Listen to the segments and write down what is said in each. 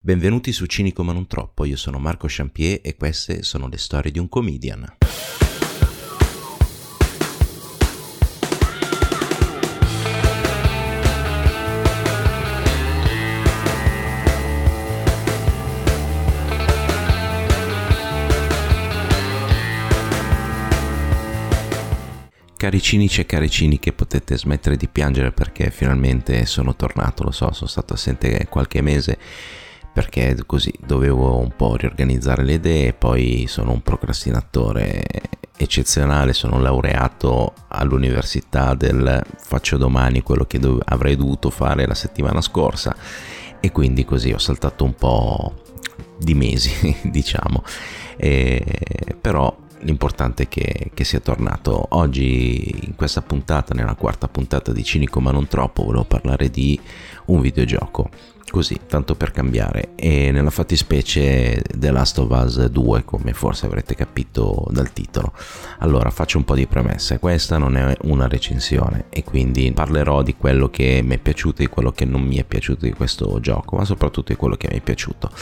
Benvenuti su Cinico ma non troppo, io sono Marco Champier e queste sono le storie di un comedian. Cari cinici e cari ciniche, potete smettere di piangere perché finalmente sono tornato, lo so, sono stato assente qualche mese perché così dovevo un po' riorganizzare le idee, poi sono un procrastinatore eccezionale, sono laureato all'università del faccio domani quello che avrei dovuto fare la settimana scorsa e quindi così ho saltato un po' di mesi, diciamo, però l'importante è che sia tornato. Oggi in questa puntata, nella quarta puntata di Cinico ma non troppo, volevo parlare di un videogioco, così, tanto per cambiare, e nella fattispecie The Last of Us 2, come forse avrete capito dal titolo. Allora, faccio un po' di premesse. Questa non è una recensione e quindi parlerò di quello che mi è piaciuto e di quello che non mi è piaciuto di questo gioco, ma soprattutto di quello che mi è piaciuto.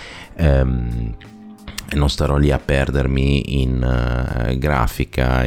E non starò lì a perdermi in grafica,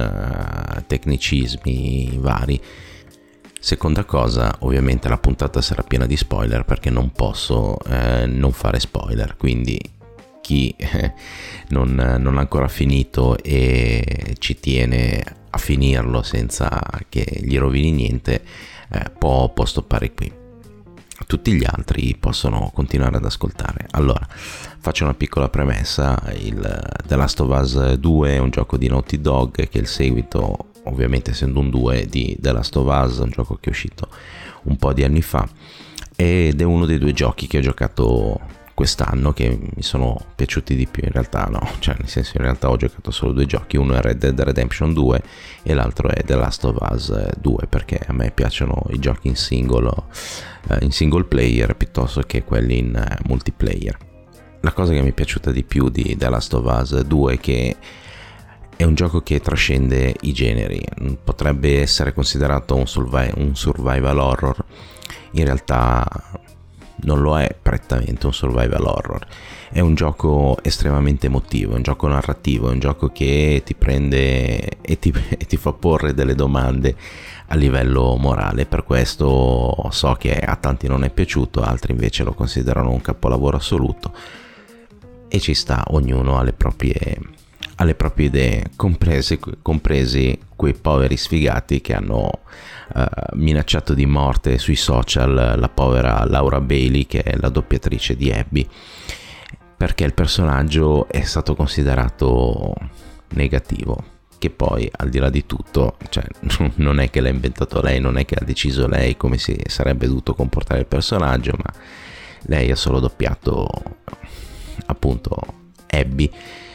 in tecnicismi vari. Seconda cosa, ovviamente la puntata sarà piena di spoiler perché non posso non fare spoiler, quindi chi non ha ancora finito e ci tiene a finirlo senza che gli rovini niente può stoppare qui. Tutti gli altri possono continuare ad ascoltare. Allora, faccio una piccola premessa. The Last of Us 2 è un gioco di Naughty Dog che è il seguito, ovviamente essendo un 2, di The Last of Us, un gioco che è uscito un po' di anni fa ed è uno dei due giochi che ho giocato quest'anno che mi sono piaciuti di più. In realtà no, cioè nel senso, in realtà ho giocato solo due giochi, uno è Red Dead Redemption 2 e l'altro è The Last of Us 2, perché a me piacciono i giochi in single player piuttosto che quelli in multiplayer. La cosa che mi è piaciuta di più di The Last of Us 2 è che è un gioco che trascende i generi. Potrebbe essere considerato un survival horror, in realtà non lo è prettamente un survival horror, è un gioco estremamente emotivo, è un gioco narrativo, è un gioco che ti prende e ti fa porre delle domande a livello morale. Per questo so che a tanti non è piaciuto, altri invece lo considerano un capolavoro assoluto e ci sta, ognuno ha le proprie idee, compresi quei poveri sfigati che hanno minacciato di morte sui social la povera Laura Bailey, che è la doppiatrice di Abby, perché il personaggio è stato considerato negativo, che poi al di là di tutto, cioè, non è che l'ha inventato lei, non è che ha deciso lei come si sarebbe dovuto comportare il personaggio, ma lei ha solo doppiato appunto Abby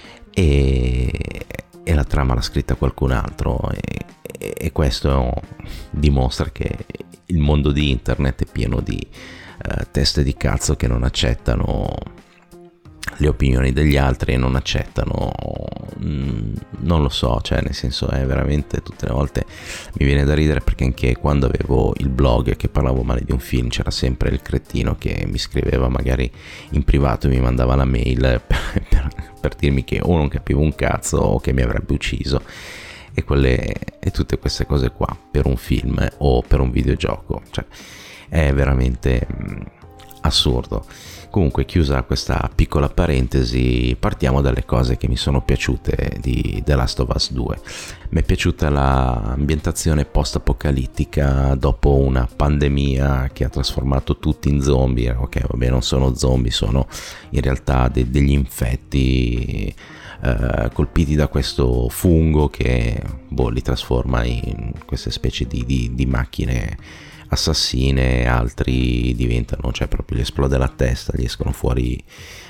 e la trama l'ha scritta qualcun altro e questo dimostra che il mondo di internet è pieno di teste di cazzo che non accettano le opinioni degli altri e non accettano, non lo so, cioè nel senso è veramente, tutte le volte mi viene da ridere perché anche quando avevo il blog che parlavo male di un film c'era sempre il cretino che mi scriveva magari in privato e mi mandava la mail per dirmi che o non capivo un cazzo o che mi avrebbe ucciso e tutte queste cose qua per un film o per un videogioco, cioè è veramente assurdo. Comunque, chiusa questa piccola parentesi, partiamo dalle cose che mi sono piaciute di The Last of Us 2. Mi è piaciuta l'ambientazione post-apocalittica dopo una pandemia che ha trasformato tutti in zombie. Ok, vabbè, non sono zombie, sono in realtà degli infetti colpiti da questo fungo che li trasforma in queste specie di macchine assassine. Altri diventano, cioè proprio gli esplode la testa, gli escono fuori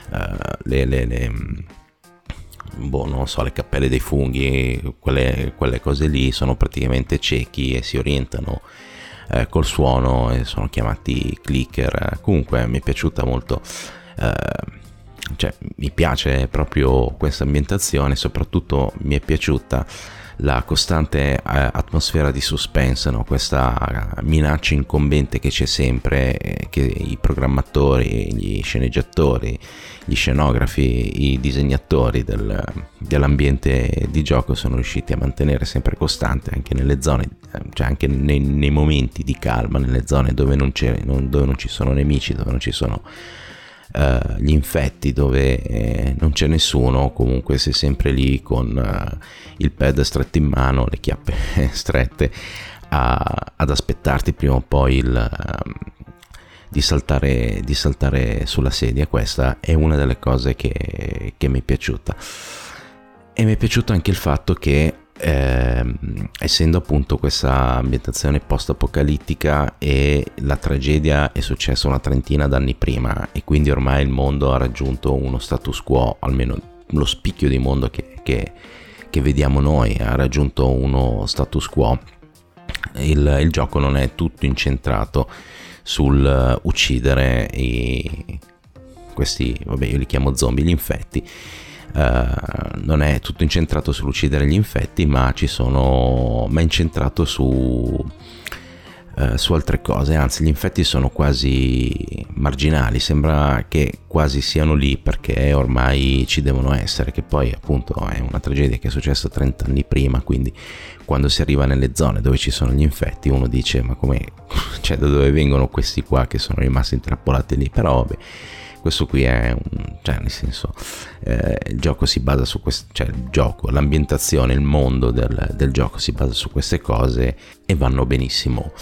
non so, le cappelle dei funghi, quelle cose lì, sono praticamente ciechi e si orientano col suono e sono chiamati clicker. Comunque mi è piaciuta molto, cioè mi piace proprio questa ambientazione, soprattutto mi è piaciuta la costante atmosfera di suspense, no? Questa minaccia incombente che c'è sempre, che i programmatori, gli sceneggiatori, gli scenografi, i disegnatori dell'ambiente di gioco sono riusciti a mantenere sempre costante anche nelle zone, cioè anche nei momenti di calma, nelle zone dove non ci sono nemici, dove non ci sono gli infetti, dove non c'è nessuno. Comunque sei sempre lì con il pad stretto in mano, le chiappe strette, ad aspettarti prima o poi di saltare sulla sedia. Questa è una delle cose che mi è piaciuta, e mi è piaciuto anche il fatto che essendo appunto questa ambientazione post-apocalittica e la tragedia è successa una trentina d'anni prima, e quindi ormai il mondo ha raggiunto uno status quo, almeno lo spicchio di mondo che vediamo noi ha raggiunto uno status quo. Il gioco non è tutto incentrato sul uccidere questi, vabbè, io li chiamo zombie, gli infetti. Non è tutto incentrato sull'uccidere gli infetti, ma è incentrato su altre cose. Anzi, gli infetti sono quasi marginali, sembra che quasi siano lì perché ormai ci devono essere, che poi appunto è una tragedia che è successa 30 anni prima, quindi quando si arriva nelle zone dove ci sono gli infetti uno dice ma come, cioè da dove vengono questi qua che sono rimasti intrappolati lì? Però vabbè, questo qui è cioè nel senso, il gioco si basa su questo, cioè il gioco, l'ambientazione, il mondo del gioco si basa su queste cose e vanno benissimo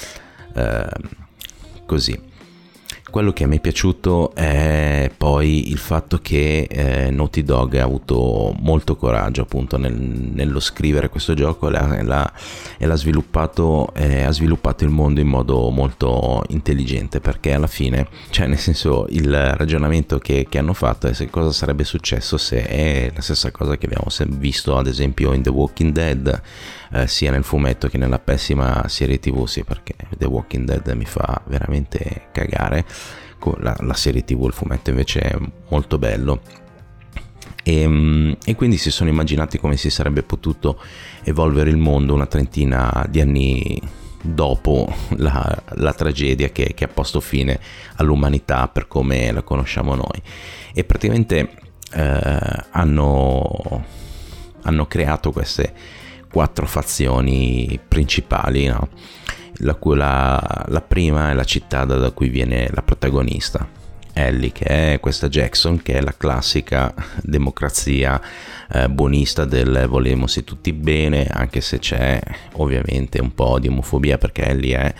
così. Quello che mi è piaciuto è poi il fatto che Naughty Dog ha avuto molto coraggio appunto nello scrivere questo gioco e ha sviluppato il mondo in modo molto intelligente, perché alla fine, cioè nel senso, il ragionamento che hanno fatto è se cosa sarebbe successo se è la stessa cosa che abbiamo visto ad esempio in The Walking Dead, sia nel fumetto che nella pessima serie TV, sì, perché The Walking Dead mi fa veramente cagare. La serie TV, il fumetto invece è molto bello, e quindi si sono immaginati come si sarebbe potuto evolvere il mondo una trentina di anni dopo la tragedia che ha posto fine all'umanità per come la conosciamo noi. E praticamente hanno creato queste 4 fazioni principali, no? La prima è la città da cui viene la protagonista, Ellie, che è questa Jackson, che è la classica democrazia buonista del volevmosi tutti bene, anche se c'è ovviamente un po' di omofobia perché Ellie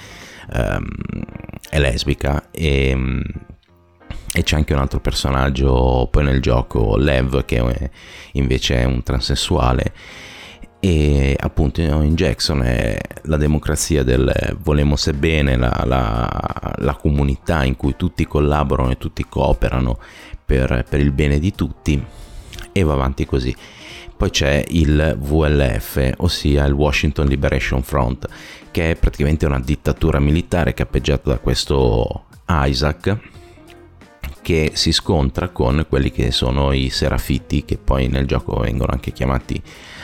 è lesbica, e c'è anche un altro personaggio poi nel gioco, Lev, che invece è un transessuale. E appunto in Jackson è la democrazia del volemose bene, la comunità in cui tutti collaborano e tutti cooperano per il bene di tutti, e va avanti così. Poi c'è il VLF, ossia il Washington Liberation Front, che è praticamente una dittatura militare cappeggiata da questo Isaac, che si scontra con quelli che sono i Serafiti, che poi nel gioco vengono anche chiamati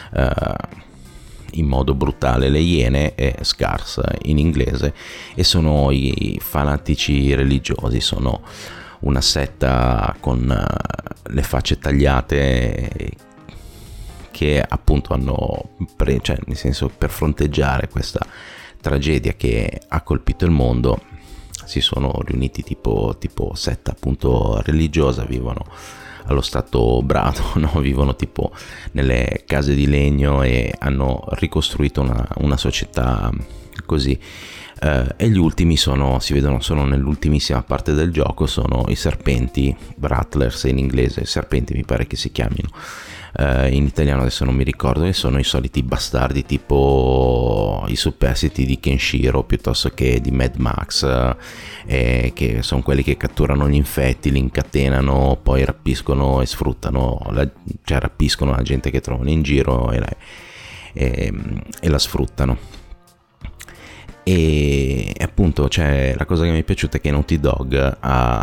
in modo brutale le Iene, e Scars in inglese, e sono i fanatici religiosi. Sono una setta con le facce tagliate che appunto hanno cioè nel senso, per fronteggiare questa tragedia che ha colpito il mondo, si sono riuniti tipo setta appunto religiosa, vivono allo stato brado, no? Vivono tipo nelle case di legno e hanno ricostruito una società così. E gli ultimi sono nell'ultimissima parte del gioco, sono i serpenti, Rattlers in inglese, serpenti mi pare che si chiamino, in italiano adesso non mi ricordo, e sono i soliti bastardi tipo i superstiti di Kenshiro piuttosto che di Mad Max, che sono quelli che catturano gli infetti, li incatenano, poi rapiscono e sfruttano, cioè rapiscono la gente che trovano in giro e la sfruttano. E appunto, cioè, la cosa che mi è piaciuta è che Naughty Dog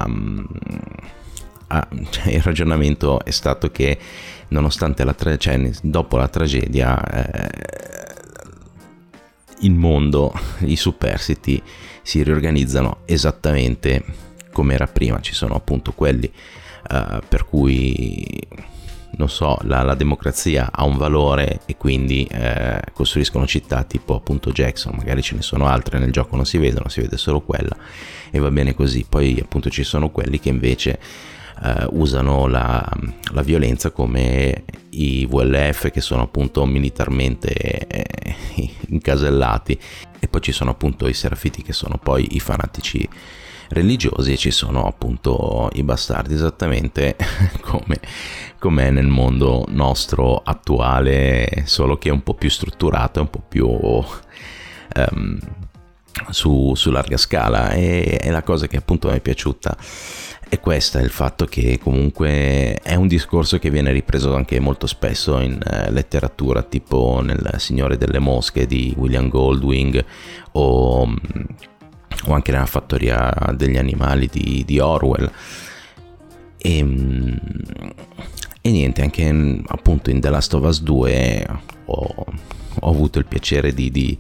cioè, il ragionamento è stato che nonostante dopo la tragedia il mondo, i superstiti si riorganizzano esattamente come era prima. Ci sono appunto quelli per cui, non so, la democrazia ha un valore e quindi costruiscono città tipo appunto Jackson. Magari ce ne sono altre nel gioco, non si vedono, si vede solo quella e va bene così. Poi appunto ci sono quelli che invece usano la violenza, come i VLF, che sono appunto militarmente incasellati, e poi ci sono appunto i Serafiti, che sono poi i fanatici religiosi, e ci sono appunto i bastardi, esattamente come nel mondo nostro attuale, solo che è un po' più strutturato e un po' più su larga scala. E la cosa che appunto mi è piaciuta è questa, il fatto che comunque è un discorso che viene ripreso anche molto spesso in letteratura, tipo nel Signore delle Mosche di William Goldwing, o anche nella Fattoria degli animali di Orwell. E niente, anche appunto in The Last of Us 2 ho avuto il piacere di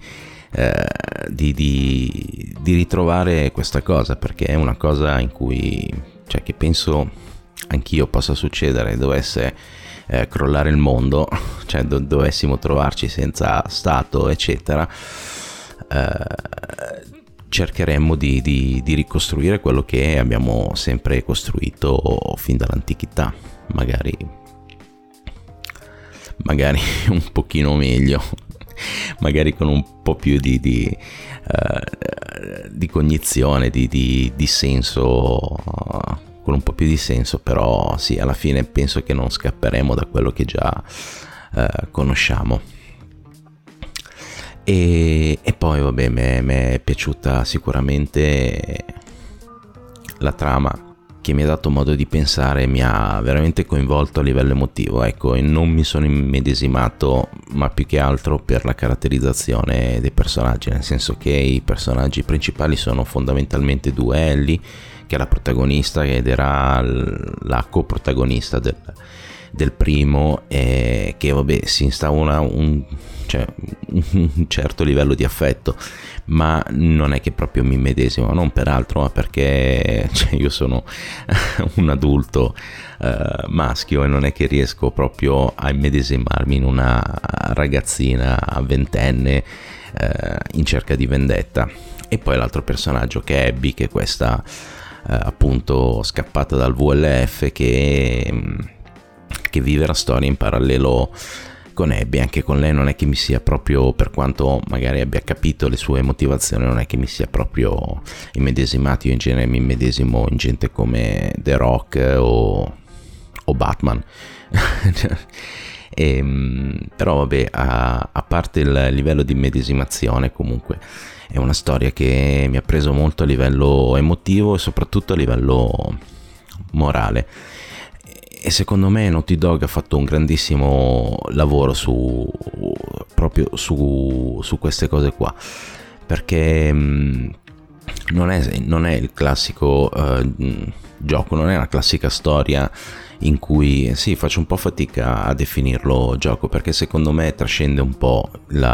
ritrovare questa cosa, perché è una cosa in cui, cioè, che penso anch'io possa succedere, dovesse crollare il mondo, cioè dovessimo trovarci senza Stato eccetera, cercheremmo di ricostruire quello che abbiamo sempre costruito fin dall'antichità, magari un pochino meglio, magari con un po' più di cognizione, di senso, con un po' più di senso. Però sì, alla fine penso che non scapperemo da quello che già conosciamo. E poi vabbè, mi è piaciuta sicuramente la trama, che mi ha dato modo di pensare, mi ha veramente coinvolto a livello emotivo, ecco, e non mi sono immedesimato, ma più che altro per la caratterizzazione dei personaggi, nel senso che i personaggi principali sono fondamentalmente due: Ellie, che è la protagonista ed era la coprotagonista del primo, e che vabbè si instaura un certo livello di affetto, ma non è che proprio mi immedesimo, non per altro, ma perché io sono un adulto maschio e non è che riesco proprio a immedesimarmi in una ragazzina ventenne in cerca di vendetta. E poi l'altro personaggio, che è Abby, che è questa appunto scappata dal VLF, che vive la storia in parallelo con Abby. Anche con lei non è che mi sia proprio, per quanto magari abbia capito le sue motivazioni, non è che mi sia proprio immedesimato. Io in genere mi immedesimo in gente come The Rock o Batman. Però vabbè, a parte il livello di immedesimazione, comunque è una storia che mi ha preso molto a livello emotivo e soprattutto a livello morale. E secondo me Naughty Dog ha fatto un grandissimo lavoro proprio su queste cose qua, perché non è il classico gioco, non è la classica storia in cui sì, faccio un po' fatica a definirlo gioco, perché secondo me trascende un po'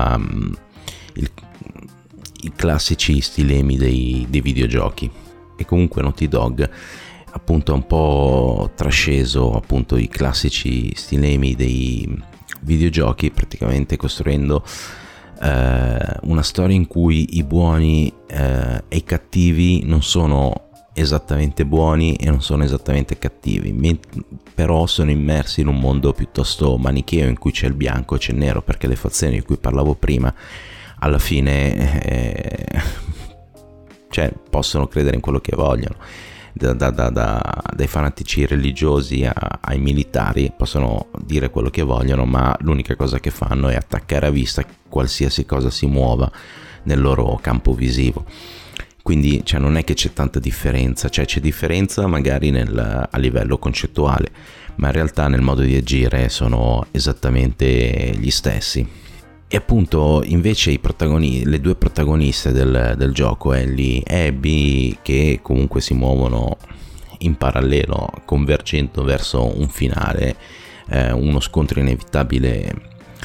i classici stilemi dei videogiochi. E comunque Naughty Dog appunto ha un po' trasceso appunto i classici stilemi dei videogiochi, praticamente costruendo una storia in cui i buoni e i cattivi non sono esattamente buoni e non sono esattamente cattivi, però sono immersi in un mondo piuttosto manicheo, in cui c'è il bianco e c'è il nero, perché le fazioni di cui parlavo prima alla fine cioè possono credere in quello che vogliono, dai fanatici religiosi ai militari, possono dire quello che vogliono, ma l'unica cosa che fanno è attaccare a vista qualsiasi cosa si muova nel loro campo visivo. Quindi cioè, non è che c'è tanta differenza, cioè c'è differenza magari a livello concettuale, ma in realtà nel modo di agire sono esattamente gli stessi. E appunto invece le due protagoniste del gioco, Ellie e Abby, che comunque si muovono in parallelo, convergendo verso un finale, uno scontro inevitabile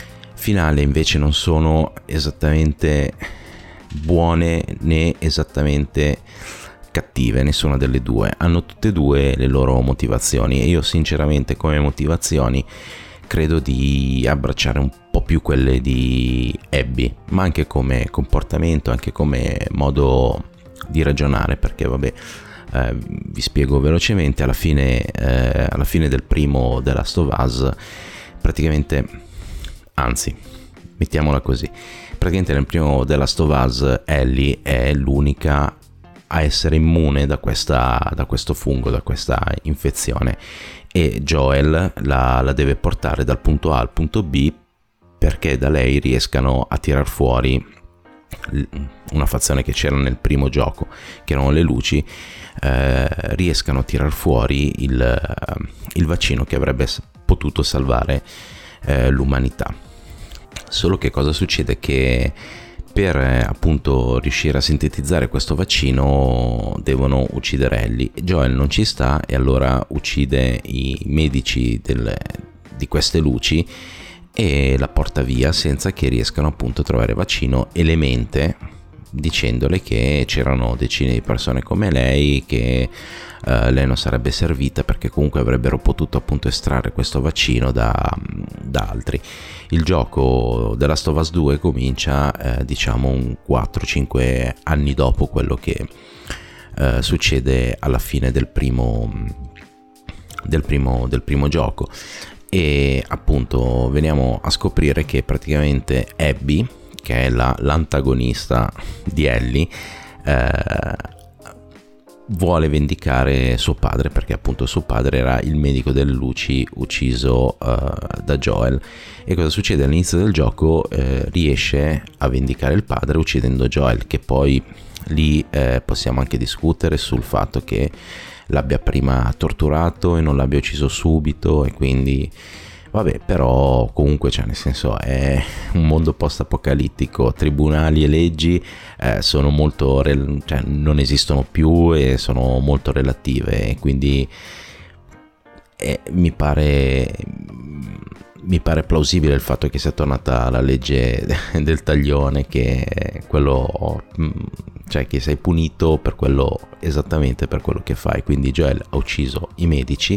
finale invece non sono esattamente buone né esattamente cattive, nessuna delle due. Hanno tutte e due le loro motivazioni e io sinceramente come motivazioni credo di abbracciare un po' più quelle di Abby, ma anche come comportamento, anche come modo di ragionare, perché vabbè, vi spiego velocemente. Alla fine del primo The Last of Us, praticamente, anzi, mettiamola così, praticamente nel primo The Last of Us Ellie è l'unica a essere immune da questo fungo, da questa infezione, e Joel la deve portare dal punto A al punto B perché da lei riescano a tirar fuori una fazione che c'era nel primo gioco, che erano le luci, riescano a tirar fuori il vaccino che avrebbe potuto salvare l'umanità. Solo che cosa succede? Che per appunto riuscire a sintetizzare questo vaccino devono uccidere Ellie. Joel non ci sta e allora uccide i medici di queste luci e la porta via senza che riescano appunto a trovare vaccino, e le mente dicendole che c'erano decine di persone come lei, che lei non sarebbe servita perché comunque avrebbero potuto appunto estrarre questo vaccino da altri. Il gioco The Last of Us 2 comincia diciamo un 4-5 anni dopo quello che succede alla fine del primo gioco, e appunto veniamo a scoprire che praticamente Abby, che è l'antagonista di Ellie, vuole vendicare suo padre, perché appunto suo padre era il medico delle luci ucciso da Joel. E cosa succede? All'inizio del gioco riesce a vendicare il padre uccidendo Joel, che poi lì possiamo anche discutere sul fatto che l'abbia prima torturato e non l'abbia ucciso subito, e quindi vabbè, però comunque, cioè, nel senso, è un mondo post-apocalittico, tribunali e leggi sono molto cioè non esistono più e sono molto relative, e quindi mi pare plausibile il fatto che sia tornata la legge del taglione, che è quello, cioè che sei punito per quello, esattamente per quello che fai. Quindi Joel ha ucciso i medici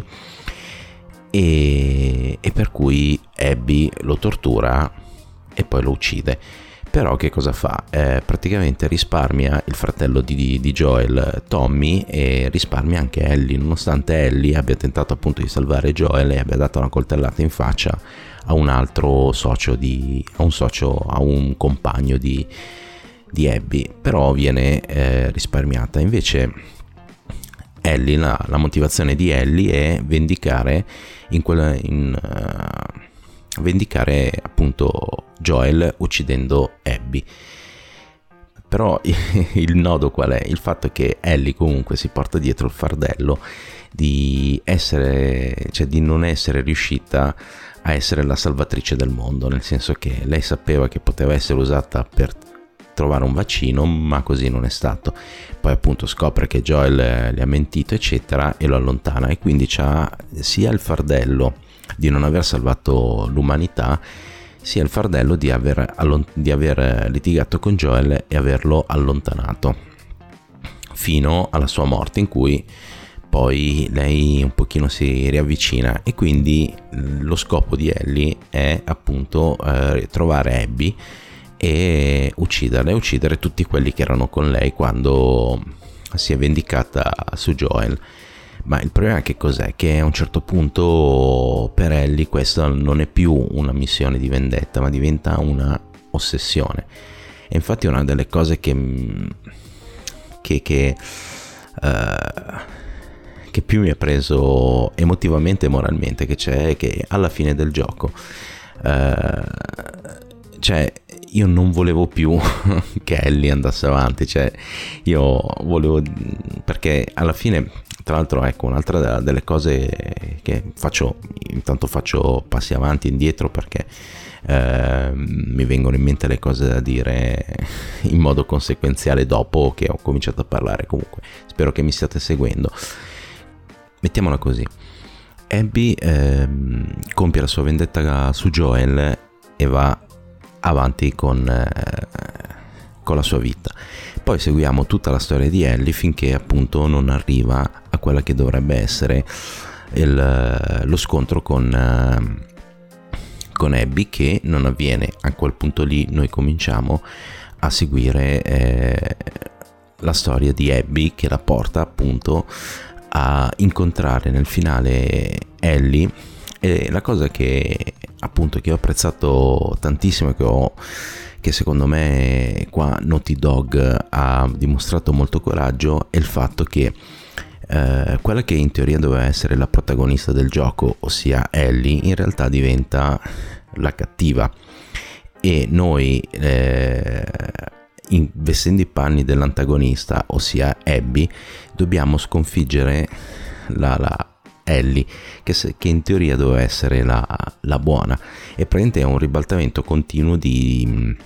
e per cui Abby lo tortura e poi lo uccide. Però che cosa fa? Praticamente risparmia il fratello di Joel, Tommy, e risparmia anche Ellie, nonostante Ellie abbia tentato appunto di salvare Joel e abbia dato una coltellata in faccia a un altro socio, a un compagno di Abby, però viene risparmiata. Invece Ellie, la motivazione di Ellie è vendicare vendicare appunto Joel uccidendo Abby. Però il nodo qual è? Il fatto che Ellie comunque si porta dietro il fardello di non essere riuscita a essere la salvatrice del mondo, nel senso che lei sapeva che poteva essere usata per trovare un vaccino, ma così non è stato. Poi appunto scopre che Joel le ha mentito eccetera e lo allontana, e quindi c'ha sia il fardello di non aver salvato l'umanità, sia il fardello di aver litigato con Joel e averlo allontanato fino alla sua morte, in cui poi lei un pochino si riavvicina. E quindi lo scopo di Ellie è appunto trovare Abby e uccidere tutti quelli che erano con lei quando si è vendicata su Joel. Ma il problema che cos'è? Che a un certo punto per Ellie questa non è più una missione di vendetta, ma diventa una ossessione. E infatti una delle cose che più mi ha preso emotivamente e moralmente che c'è è che alla fine del gioco cioè io non volevo più che Ellie andasse avanti, cioè io volevo, perché alla fine, tra l'altro, ecco, un'altra delle cose che faccio, intanto faccio passi avanti e indietro perché mi vengono in mente le cose da dire in modo conseguenziale dopo che ho cominciato a parlare. Comunque spero che mi stiate seguendo. Mettiamola così: Abby compie la sua vendetta su Joel e va avanti con la sua vita. Poi seguiamo tutta la storia di Ellie finché appunto non arriva a quella che dovrebbe essere lo scontro con Abby, che non avviene. A quel punto lì noi cominciamo a seguire la storia di Abby, che la porta appunto a incontrare nel finale Ellie. E la cosa che appunto che ho apprezzato tantissimo e che secondo me qua Naughty Dog ha dimostrato molto coraggio è il fatto che quella che in teoria doveva essere la protagonista del gioco, ossia Ellie, in realtà diventa la cattiva, e noi vestendo i panni dell'antagonista, ossia Abby, dobbiamo sconfiggere la Ellie, che in teoria doveva essere la buona. E praticamente è un ribaltamento continuo di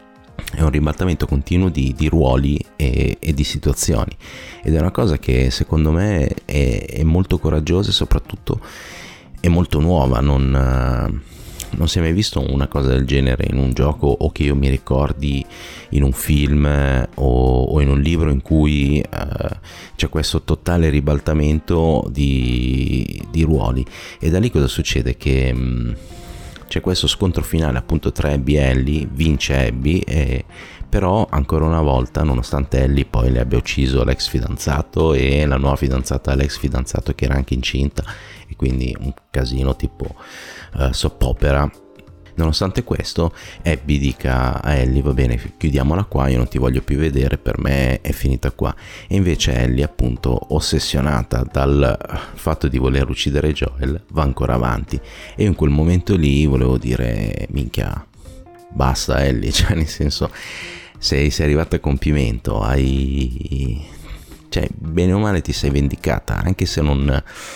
ruoli e di situazioni, ed è una cosa che secondo me è molto coraggiosa e soprattutto è molto nuova. Non si è mai visto una cosa del genere in un gioco, o che io mi ricordi in un film o in un libro, in cui c'è questo totale ribaltamento di ruoli. E da lì cosa succede? Che c'è questo scontro finale appunto tra Abby e Ellie, vince Abby, però ancora una volta, nonostante Ellie poi le abbia ucciso l'ex fidanzato e la nuova fidanzata dell'ex fidanzato, che era anche incinta, e quindi un casino tipo soap opera, nonostante questo Abby dica a Ellie: va bene, chiudiamola qua, io non ti voglio più vedere, per me è finita qua. E invece Ellie, appunto ossessionata dal fatto di voler uccidere Joel, va ancora avanti. E in quel momento lì volevo dire: minchia, basta Ellie, cioè nel senso, sei arrivata a compimento, cioè bene o male ti sei vendicata, anche se non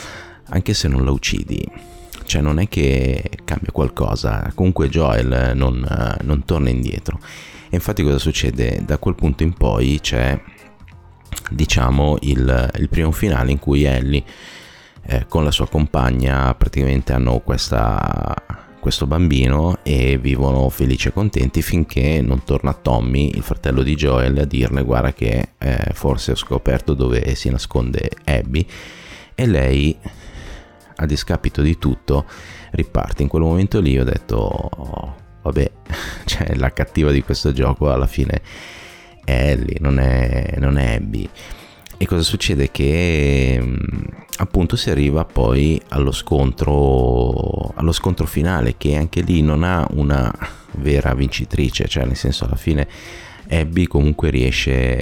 la uccidi, cioè non è che cambia qualcosa, comunque Joel non torna indietro. E infatti cosa succede? Da quel punto in poi c'è, diciamo, il primo finale in cui Ellie con la sua compagna praticamente hanno questo bambino e vivono felici e contenti, finché non torna Tommy, il fratello di Joel, a dirle: guarda che forse ho scoperto dove si nasconde Abby. E lei, a discapito di tutto, riparte. In quel momento lì ho detto: oh, vabbè, cioè la cattiva di questo gioco alla fine è Ellie, non è Abby. E cosa succede? Che appunto si arriva poi allo scontro finale, che anche lì non ha una vera vincitrice, cioè nel senso, alla fine Abby comunque riesce,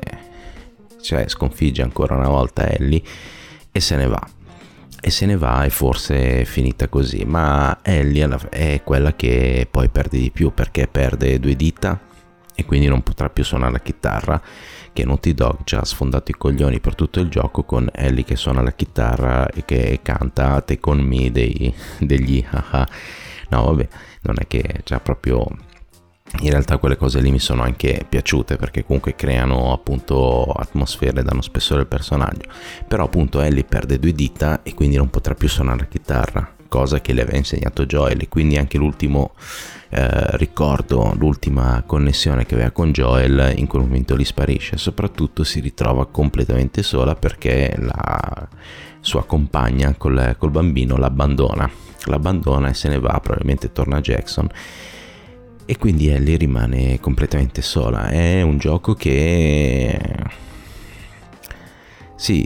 cioè sconfigge ancora una volta Ellie e se ne va, e forse è finita così. Ma Ellie è quella che poi perde di più, perché perde 2 dita e quindi non potrà più suonare la chitarra, che Naughty Dog ci ha sfondato i coglioni per tutto il gioco, con Ellie che suona la chitarra e che canta Take On Me degli haha. No vabbè, non è che c'ha proprio... In realtà quelle cose lì mi sono anche piaciute, perché comunque creano appunto atmosfere, danno spessore al personaggio. Però appunto Ellie perde 2 dita e quindi non potrà più suonare la chitarra, cosa che le aveva insegnato Joel, e quindi anche l'ultimo ricordo, l'ultima connessione che aveva con Joel in quel momento lì sparisce. Soprattutto si ritrova completamente sola, perché la sua compagna col bambino l'abbandona e se ne va, probabilmente torna a Jackson, e quindi Ellie rimane completamente sola. È un gioco che sì,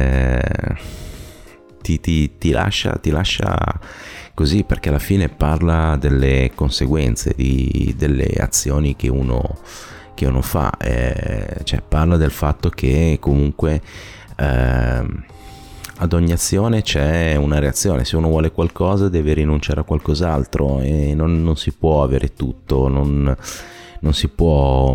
ti lascia così, perché alla fine parla delle conseguenze delle azioni che uno fa, cioè parla del fatto che comunque ad ogni azione c'è una reazione. Se uno vuole qualcosa deve rinunciare a qualcos'altro, e non si può avere tutto, non si può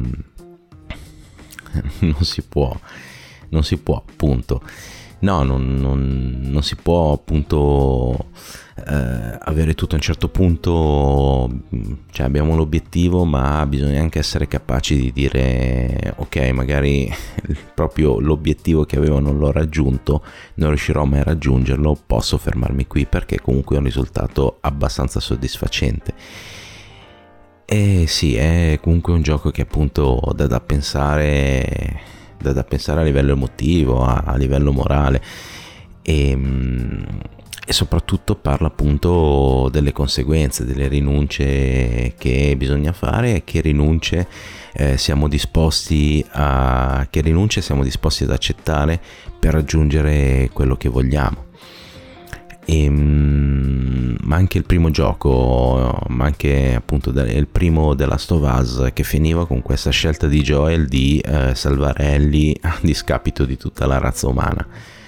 appunto, no, non si può appunto avere tutto. A un certo punto, cioè abbiamo l'obiettivo, ma bisogna anche essere capaci di dire: ok, magari proprio l'obiettivo che avevo non l'ho raggiunto, non riuscirò mai a raggiungerlo, posso fermarmi qui, perché comunque è un risultato abbastanza soddisfacente. E sì, è comunque un gioco che appunto dà da pensare a livello emotivo, a livello morale, e, e soprattutto parla appunto delle conseguenze, delle rinunce che bisogna fare e che rinunce siamo disposti ad accettare per raggiungere quello che vogliamo. Ma anche il primo gioco, ma anche appunto il primo The Last of Us, che finiva con questa scelta di Joel di salvare Ellie a discapito di tutta la razza umana.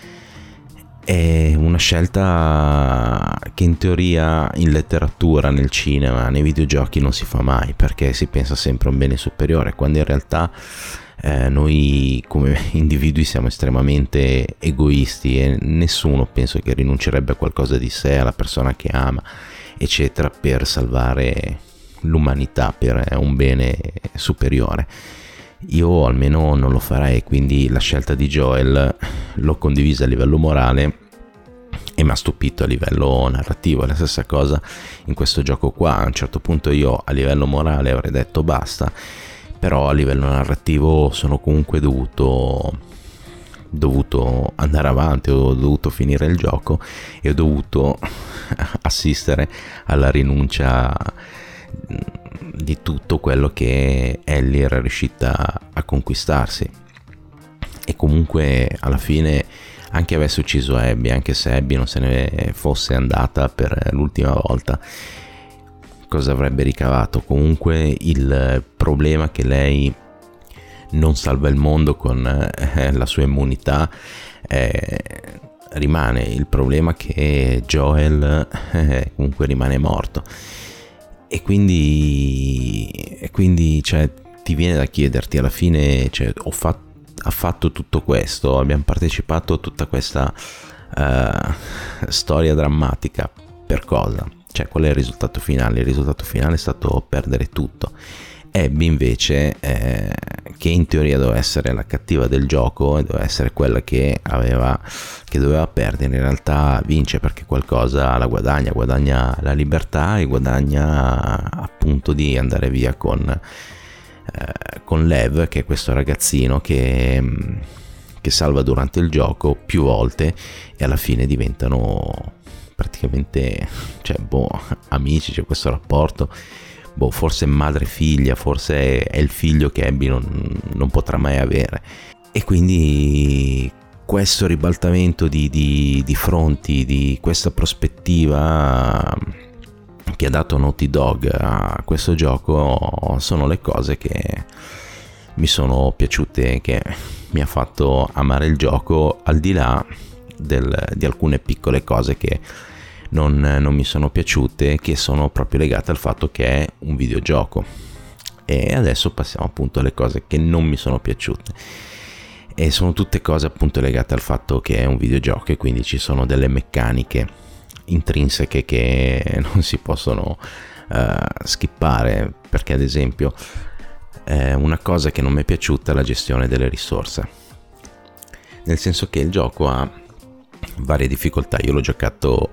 È una scelta che in teoria in letteratura, nel cinema, nei videogiochi non si fa mai, perché si pensa sempre a un bene superiore, quando in realtà noi come individui siamo estremamente egoisti e nessuno penso che rinuncerebbe a qualcosa di sé, alla persona che ama, eccetera, per salvare l'umanità, per un bene superiore. Io almeno non lo farei, quindi la scelta di Joel l'ho condivisa a livello morale e mi ha stupito a livello narrativo. È la stessa cosa in questo gioco qua. A un certo punto io a livello morale avrei detto basta, però a livello narrativo sono comunque dovuto andare avanti, ho dovuto finire il gioco e ho dovuto assistere alla rinuncia di tutto quello che Ellie era riuscita a conquistarsi. E comunque alla fine, anche avesse ucciso Abby, anche se Abby non se ne fosse andata per l'ultima volta, cosa avrebbe ricavato? Comunque il problema che lei non salva il mondo con la sua immunità rimane. Il problema che Joel comunque rimane morto, e quindi cioè, ti viene da chiederti alla fine, cioè, ha fatto tutto questo, abbiamo partecipato a tutta questa storia drammatica per cosa? Cioè, qual è il risultato finale? Il risultato finale è stato perdere tutto. Abby invece, che in teoria doveva essere la cattiva del gioco e doveva essere quella che doveva perdere, in realtà vince, perché qualcosa la guadagna la libertà e guadagna appunto di andare via con Lev, che è questo ragazzino che salva durante il gioco più volte, e alla fine diventano praticamente, cioè, amici. C'è questo rapporto, forse madre figlia, forse è il figlio che Abby non potrà mai avere. E quindi questo ribaltamento di fronti, di questa prospettiva che ha dato Naughty Dog a questo gioco, sono le cose che mi sono piaciute, che mi ha fatto amare il gioco, al di là di alcune piccole cose che non mi sono piaciute, che sono proprio legate al fatto che è un videogioco. E adesso passiamo appunto alle cose che non mi sono piaciute, e sono tutte cose appunto legate al fatto che è un videogioco, e quindi ci sono delle meccaniche intrinseche che non si possono skippare, perché ad esempio una cosa che non mi è piaciuta è la gestione delle risorse, nel senso che il gioco ha varie difficoltà. Io l'ho giocato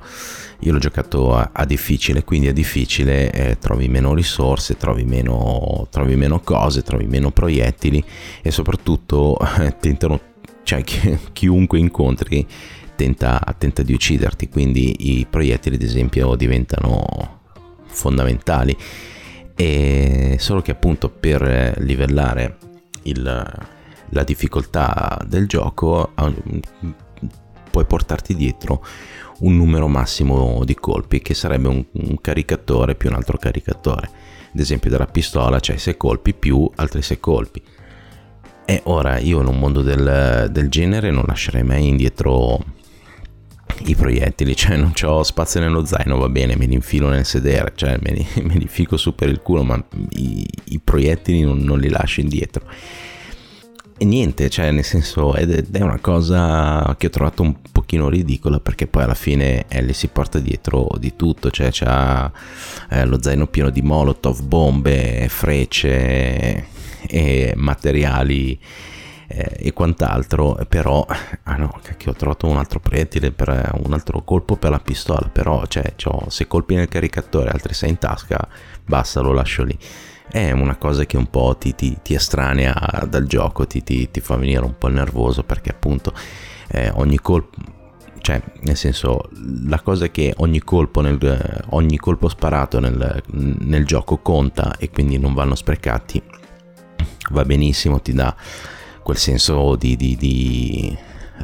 a difficile, quindi a difficile trovi meno risorse, trovi meno cose, trovi meno proiettili, e soprattutto chiunque incontri tenta di ucciderti, quindi i proiettili ad esempio diventano fondamentali. E solo che appunto per livellare la difficoltà del gioco puoi portarti dietro un numero massimo di colpi, che sarebbe un caricatore più un altro caricatore. Ad esempio della pistola c'hai 6 colpi più altri 6 colpi. E ora io in un mondo del genere non lascerei mai indietro i proiettili, cioè non c'ho spazio nello zaino, va bene, me li infilo nel sedere, cioè me li fico su per il culo, ma i proiettili non li lascio indietro. E niente, cioè nel senso, ed è una cosa che ho trovato un pochino ridicola, perché poi alla fine Ellie si porta dietro di tutto, cioè c'ha lo zaino pieno di molotov, bombe, frecce e materiali e quant'altro, però no, cacchio, ho trovato un altro proiettile, per un altro colpo per la pistola, però cioè c'ho 6 colpi nel caricatore, altri 6 in tasca, basta, lo lascio lì. È una cosa che un po' ti estranea dal gioco, ti fa venire un po' nervoso, perché appunto ogni colpo, cioè nel senso, la cosa è che ogni colpo sparato nel gioco conta, e quindi non vanno sprecati. Va benissimo, ti dà quel senso di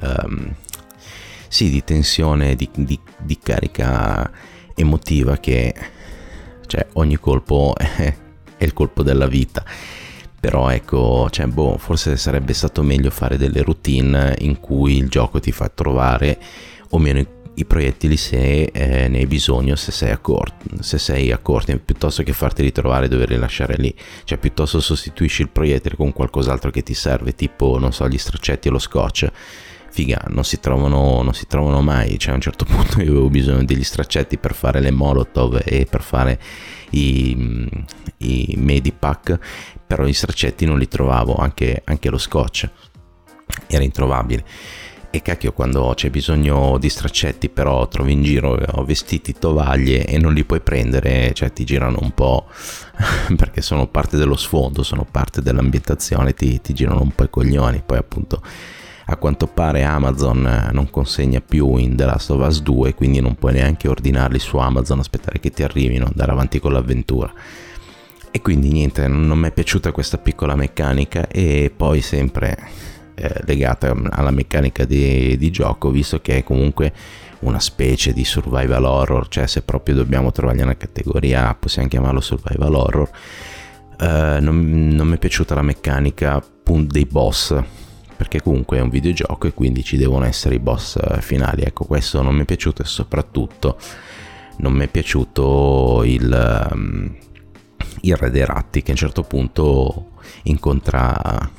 tensione, di carica emotiva, che cioè ogni colpo è il colpo della vita. Però ecco, cioè, forse sarebbe stato meglio fare delle routine in cui il gioco ti fa trovare o meno i proiettili se ne hai bisogno, se sei a corto, piuttosto che farti ritrovare e doverli lasciare lì. Cioè, piuttosto sostituisci il proiettile con qualcos'altro che ti serve, tipo, non so, gli straccetti o lo scotch. Figa, non si trovano mai. Cioè, a un certo punto io avevo bisogno degli straccetti per fare le molotov e per fare i medipack, però gli straccetti non li trovavo, anche lo scotch era introvabile. E cacchio, quando c'è bisogno di straccetti però trovi in giro vestiti, tovaglie e non li puoi prendere, cioè ti girano un po' perché sono parte dello sfondo, sono parte dell'ambientazione, ti girano un po' i coglioni. Poi appunto a quanto pare Amazon non consegna più in The Last of Us 2, quindi non puoi neanche ordinarli su Amazon, aspettare che ti arrivino, andare avanti con l'avventura. E quindi niente, non mi è piaciuta questa piccola meccanica. E poi sempre legata alla meccanica di gioco, visto che è comunque una specie di survival horror, cioè se proprio dobbiamo trovargli una categoria possiamo chiamarlo survival horror. Non mi è piaciuta la meccanica dei boss, perché comunque è un videogioco e quindi ci devono essere i boss finali. Ecco, questo non mi è piaciuto, e soprattutto non mi è piaciuto il re dei ratti, che a un certo punto incontra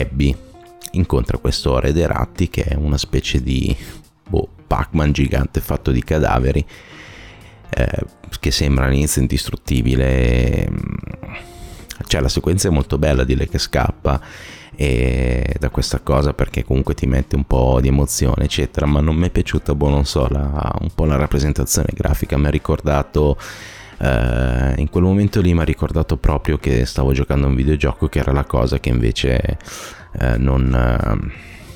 questo re dei ratti, che è una specie di Pac-Man gigante fatto di cadaveri, che sembra all'inizio indistruttibile. Cioè, la sequenza è molto bella di lei che scappa e da questa cosa, perché comunque ti mette un po' di emozione eccetera, ma non mi è piaciuta, non so, un po' la rappresentazione grafica. Mi ha ricordato in quel momento lì mi ha ricordato proprio che stavo giocando a un videogioco, che era la cosa che invece non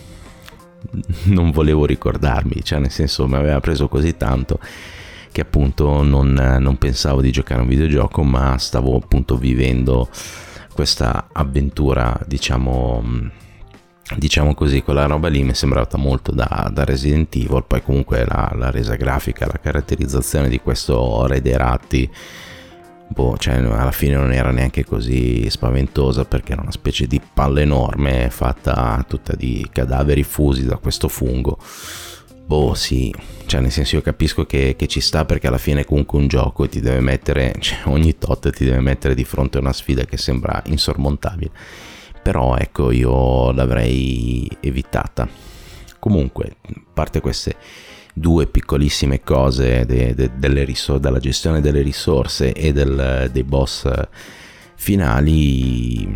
volevo ricordarmi, cioè nel senso mi aveva preso così tanto che appunto non pensavo di giocare a un videogioco, ma stavo appunto vivendo questa avventura, diciamo così. Quella roba lì mi è sembrata molto da Resident Evil. Poi comunque la resa grafica, la caratterizzazione di questo re dei ratti, cioè alla fine non era neanche così spaventosa, perché era una specie di palla enorme fatta tutta di cadaveri fusi da questo fungo. Sì, cioè nel senso, io capisco che ci sta, perché alla fine è comunque un gioco e ti deve mettere, cioè ogni tot ti deve mettere di fronte a una sfida che sembra insormontabile. Però ecco, io l'avrei evitata. Comunque, a parte queste due piccolissime cose della gestione delle risorse e dei boss finali,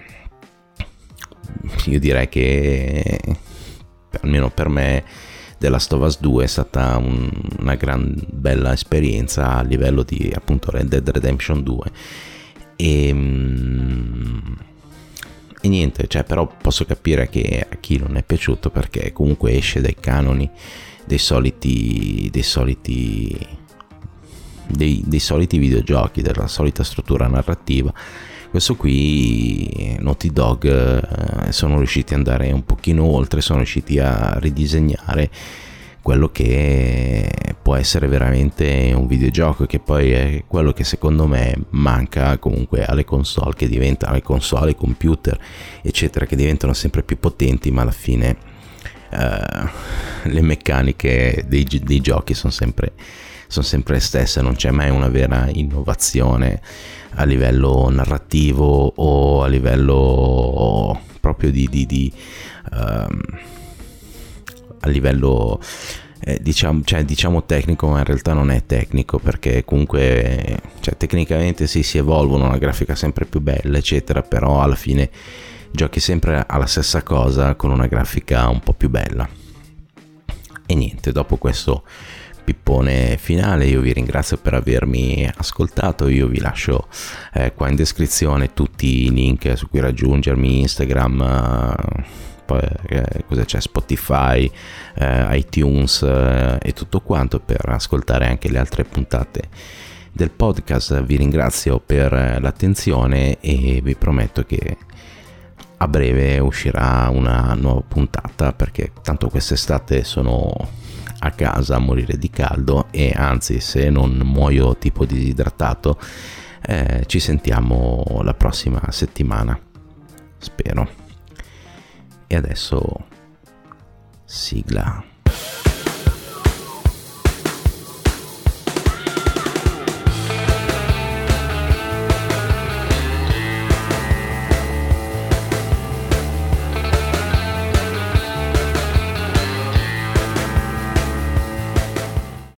io direi che almeno per me The Last of Us 2 è stata una gran bella esperienza a livello di appunto Red Dead Redemption 2 e niente, cioè, però posso capire che a chi non è piaciuto, perché comunque esce dai canoni dei soliti videogiochi, della solita struttura narrativa. Questo qui Naughty Dog sono riusciti ad andare un pochino oltre, sono riusciti a ridisegnare quello che può essere veramente un videogioco, che poi è quello che secondo me manca comunque alle console, che diventano le console, i computer eccetera, che diventano sempre più potenti, ma alla fine le meccaniche dei giochi sono sempre le stesse, non c'è mai una vera innovazione a livello narrativo o a livello proprio a livello diciamo tecnico, ma in realtà non è tecnico, perché comunque, cioè, tecnicamente sì, si evolvono, la grafica sempre più bella eccetera, però alla fine giochi sempre alla stessa cosa con una grafica un po' più bella. E niente, dopo questo pippone finale io vi ringrazio per avermi ascoltato. Io vi lascio qua in descrizione tutti i link su cui raggiungermi: Instagram, cosa c'è, Spotify, iTunes e tutto quanto, per ascoltare anche le altre puntate del podcast. Vi ringrazio per l'attenzione e vi prometto che a breve uscirà una nuova puntata, perché tanto quest'estate sono a casa a morire di caldo, e anzi, se non muoio tipo disidratato, ci sentiamo la prossima settimana, spero. E adesso sigla.